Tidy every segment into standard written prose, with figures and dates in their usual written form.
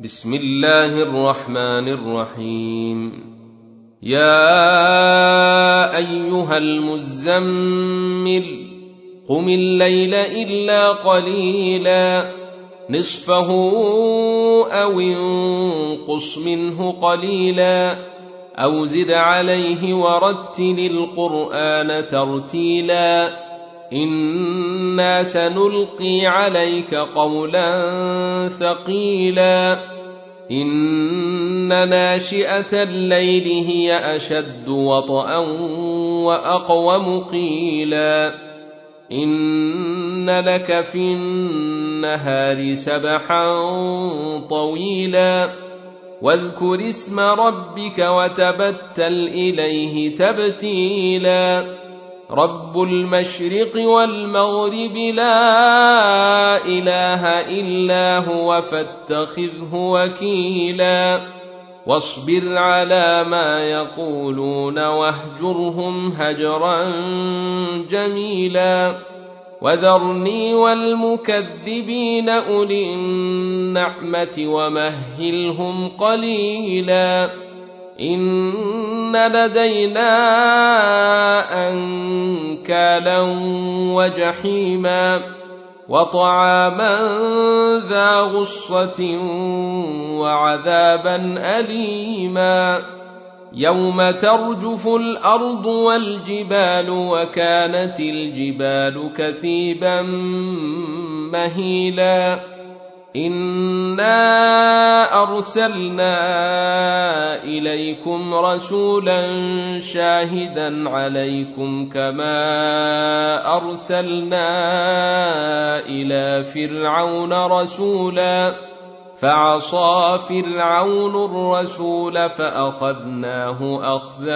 بسم الله الرحمن الرحيم. يا أيها المزمل قم الليل إلا قليلا نصفه أو انقص منه قليلا أو زد عليه ورتل القرآن ترتيلا إنا سنلقي عليك قولا ثقيلا إن ناشئة الليل هي أشد وطئا وأقوم قيلا إن لك في النهار سبحا طويلا واذكر اسم ربك وتبتل إليه تبتيلا رب المشرق والمغرب لا إله إلا هو فاتخذه وكيلا واصبر على ما يقولون واهجرهم هجرا جميلا وذرني والمكذبين أولي النعمة ومهلهم قليلا إن لدينا أنكالا وجحيما وطعاما ذا غصة وعذابا أليما يوم ترجف الأرض والجبال وكانت الجبال كثيبا مهيلا إنا أرسلنا إليكم رسولا شاهدا عليكم كما أرسلنا إلى فرعون رسولا فعصى فرعون الرسول فأخذناه أخذا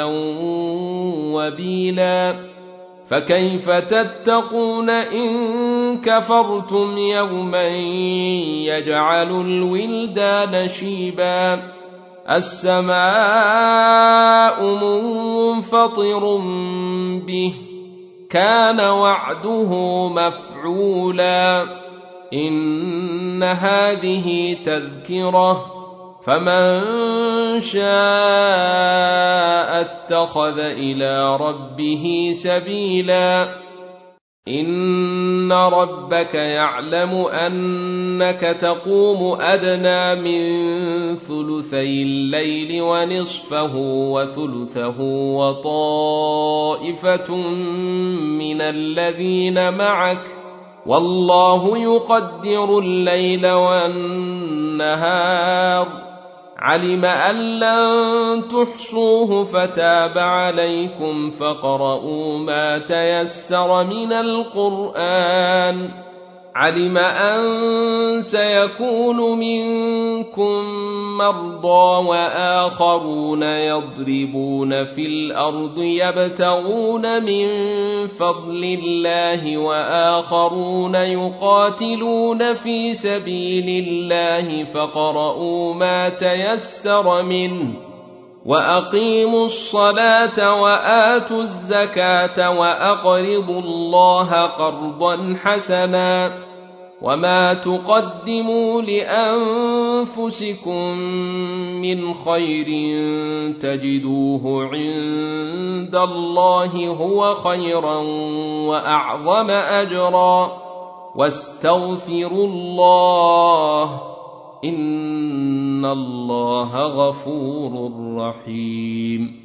وبيلا فكيف تتقون إن كفرتم يوما يجعل الولدان شيبا السماء منفطر به كان وعده مفعولا إن هذه تذكرة فمن شاء اتخذ إلى ربه سبيلا إن ربك يعلم أنك تقوم أدنى من ثلثي الليل ونصفه وثلثه وطائفة من الذين معك والله يقدر الليل والنهار علم أن لن تحصوه فتاب عليكم فاقرؤوا ما تيسر من القرآن علم أن سيكون منكم مرضى وآخرون يضربون في الأرض يبتغون من فضل الله وآخرون يقاتلون في سبيل الله فاقرؤوا ما تيسر منه وأقيموا الصلاة وآتوا الزكاة وأقرضوا الله قرضا حسنا وما تقدموا لأنفسكم من خير تجدوه عند الله هو خيرا وأعظم أجرا واستغفروا الله إن الله غفور رحيم.